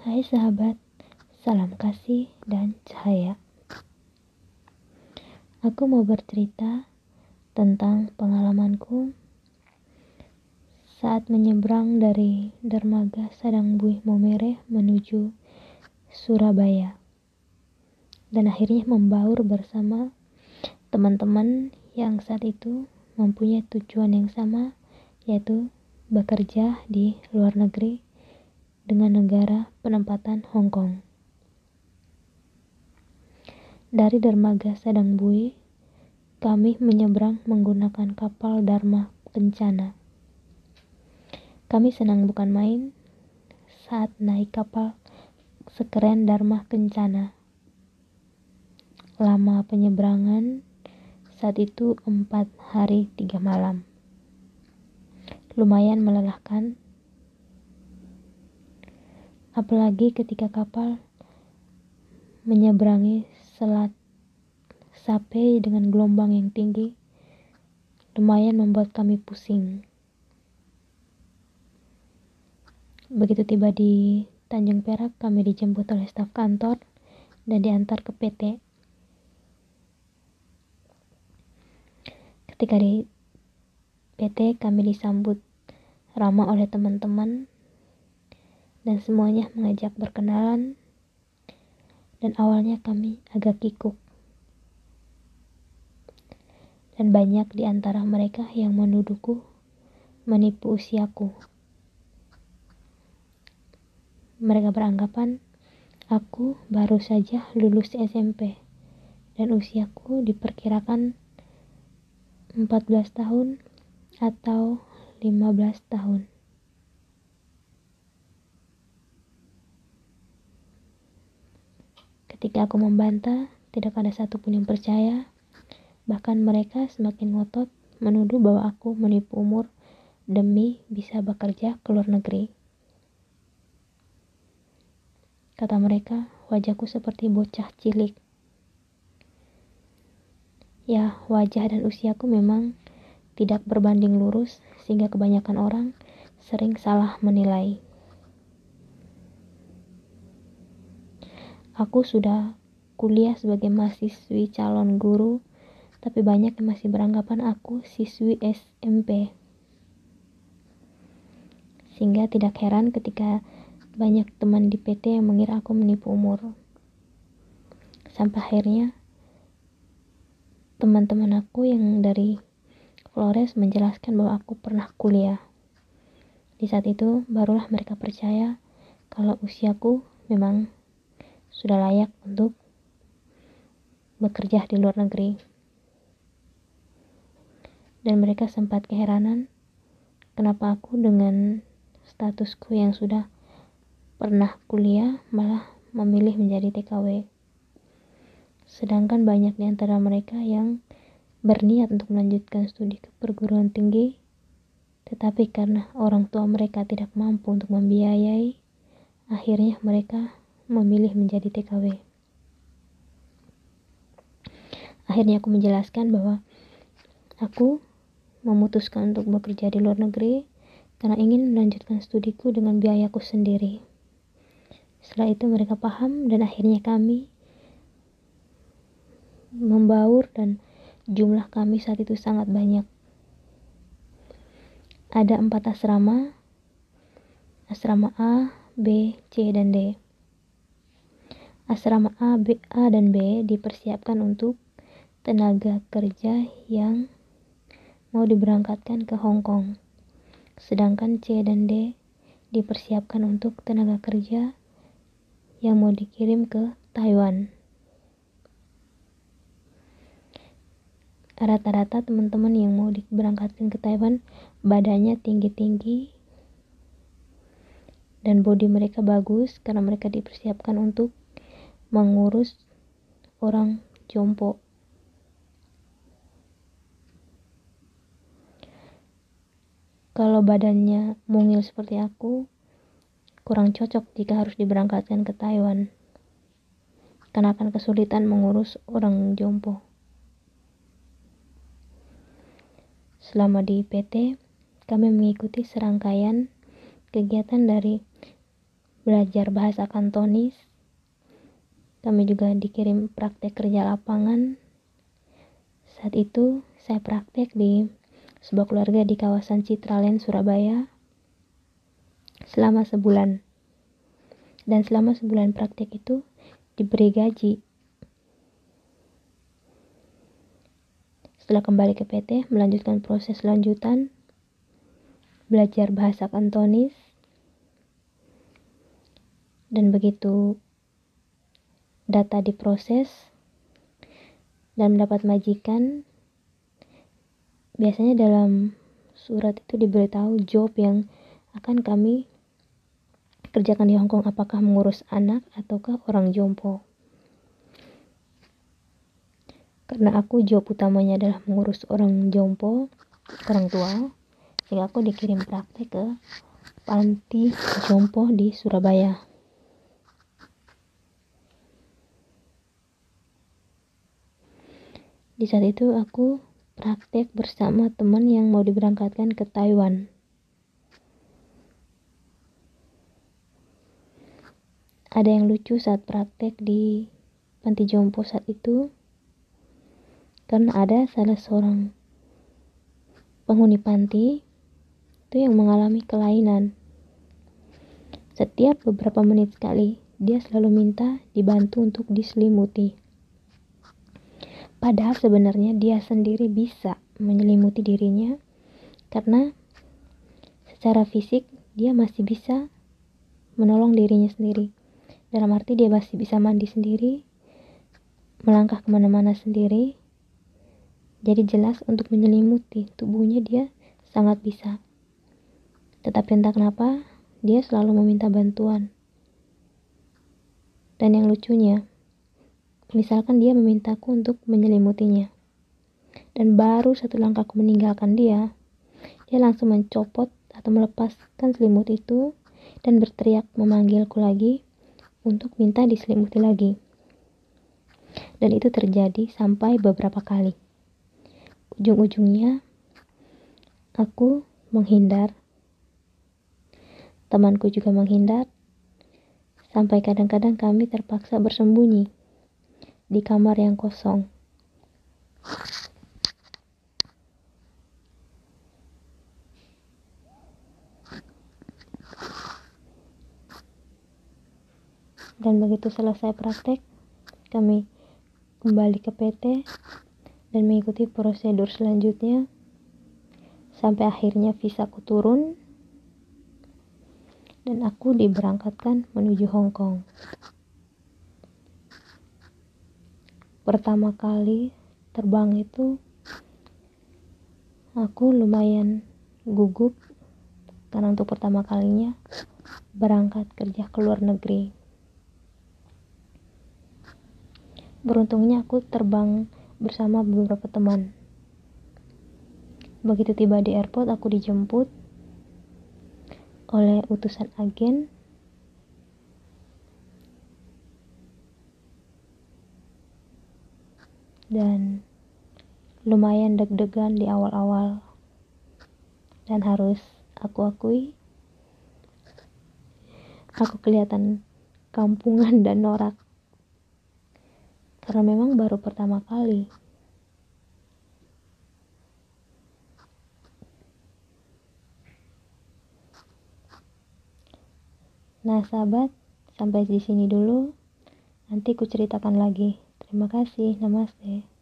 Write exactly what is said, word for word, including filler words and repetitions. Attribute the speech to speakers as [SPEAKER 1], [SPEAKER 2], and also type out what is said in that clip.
[SPEAKER 1] Hai sahabat, salam kasih dan cahaya. Aku mau bercerita tentang pengalamanku saat menyeberang dari dermaga Sadangbuih Momere menuju Surabaya, dan akhirnya membaur bersama teman-teman yang saat itu mempunyai tujuan yang sama, yaitu bekerja di luar negeri dengan negara penempatan Hong Kong. Dari dermaga Sadangbuih, kami menyeberang menggunakan kapal Dharma Kencana. Kami senang bukan main saat naik kapal sekeren Dharma Kencana. Lama penyeberangan saat itu empat hari tiga malam. Lumayan melelahkan, apalagi ketika kapal menyeberangi Selat Sape dengan gelombang yang tinggi, lumayan membuat kami pusing. Begitu tiba di Tanjung Perak, kami dijemput oleh staf kantor dan diantar ke P T. Ketika di P T, kami disambut ramah oleh teman-teman dan semuanya mengajak berkenalan, dan awalnya kami agak kikuk. Dan banyak di antara mereka yang menuduhku menipu usiaku. Mereka beranggapan aku baru saja lulus S M P dan usiaku diperkirakan empat belas tahun atau lima belas tahun. Ketika aku membantah, tidak ada satupun yang percaya. Bahkan mereka semakin ngotot menuduh bahwa aku menipu umur demi bisa bekerja ke luar negeri. Kata mereka, wajahku seperti bocah cilik. Ya, wajah dan usiaku memang tidak berbanding lurus, sehingga kebanyakan orang sering salah menilai. Aku sudah kuliah sebagai mahasiswi calon guru, tapi banyak yang masih beranggapan aku siswi S M P. Sehingga tidak heran ketika banyak teman di P T yang mengira aku menipu umur. Sampai akhirnya teman-teman aku yang dari Flores menjelaskan bahwa aku pernah kuliah. Di saat itu barulah mereka percaya kalau usiaku memang sudah layak untuk bekerja di luar negeri. Dan mereka sempat keheranan kenapa aku dengan statusku yang sudah pernah kuliah malah memilih menjadi T K W. Sedangkan banyak di antara mereka yang berniat untuk melanjutkan studi ke perguruan tinggi, tetapi karena orang tua mereka tidak mampu untuk membiayai, akhirnya mereka memilih menjadi T K W. Akhirnya aku menjelaskan bahwa aku memutuskan untuk bekerja di luar negeri karena ingin melanjutkan studiku dengan biayaku sendiri. Setelah itu mereka paham dan akhirnya kami membaur, dan jumlah kami saat itu sangat banyak. Ada empat asrama, asrama A, B, C, dan D. Asrama A, B, A, dan B dipersiapkan untuk tenaga kerja yang mau diberangkatkan ke Hong Kong. Sedangkan C dan D dipersiapkan untuk tenaga kerja yang mau dikirim ke Taiwan. Rata-rata teman-teman yang mau diberangkatkan ke Taiwan badannya tinggi-tinggi dan bodi mereka bagus karena mereka dipersiapkan untuk mengurus orang jompo. Kalau badannya mungil seperti aku, kurang cocok jika harus diberangkatkan ke Taiwan, karena akan kesulitan mengurus orang jompo. Selama di P T, kami mengikuti serangkaian kegiatan dari belajar bahasa Kantonis. Kami juga dikirim praktek kerja lapangan. Saat itu saya praktek di sebuah keluarga di kawasan Citraland, Surabaya selama sebulan. Dan selama sebulan praktek itu diberi gaji. Setelah kembali ke P T, melanjutkan proses lanjutan, belajar bahasa Kantonis, dan begitu data diproses dan mendapat majikan, biasanya dalam surat itu diberitahu job yang akan kami kerjakan di Hong Kong, apakah mengurus anak ataukah orang jompo. Karena aku job utamanya adalah mengurus orang jompo, orang tua, sehingga aku dikirim praktek ke panti jompo di Surabaya. Di saat itu aku praktek bersama teman yang mau diberangkatkan ke Taiwan. Ada yang lucu saat praktek di panti jompo saat itu, karena ada salah seorang penghuni panti itu yang mengalami kelainan. Setiap beberapa menit sekali, dia selalu minta dibantu untuk diselimuti. Padahal sebenarnya dia sendiri bisa menyelimuti dirinya, karena secara fisik dia masih bisa menolong dirinya sendiri. Dalam arti dia masih bisa mandi sendiri, melangkah kemana-mana sendiri. Jadi jelas untuk menyelimuti tubuhnya dia sangat bisa. Tetapi entah kenapa dia selalu meminta bantuan. Dan yang lucunya, misalkan dia memintaku untuk menyelimutinya, dan baru satu langkah aku meninggalkan dia, dia langsung mencopot atau melepaskan selimut itu dan berteriak memanggilku lagi untuk minta diselimuti lagi. Dan itu terjadi sampai beberapa kali. Ujung-ujungnya aku menghindar, temanku juga menghindar, sampai kadang-kadang kami terpaksa bersembunyi di kamar yang kosong. Dan begitu selesai praktek, kami kembali ke P T dan mengikuti prosedur selanjutnya sampai akhirnya visaku turun dan aku diberangkatkan menuju Hong Kong. Pertama kali terbang itu aku lumayan gugup karena untuk pertama kalinya berangkat kerja ke luar negeri. Beruntungnya aku terbang bersama beberapa teman. Begitu tiba di airport, aku dijemput oleh utusan agen dan lumayan deg-degan di awal-awal. Dan harus aku akui, aku kelihatan kampungan dan norak. Karena memang baru pertama kali. Nah sahabat, sampai di sini dulu. Nanti ku ceritakan lagi. Terima kasih, namaste.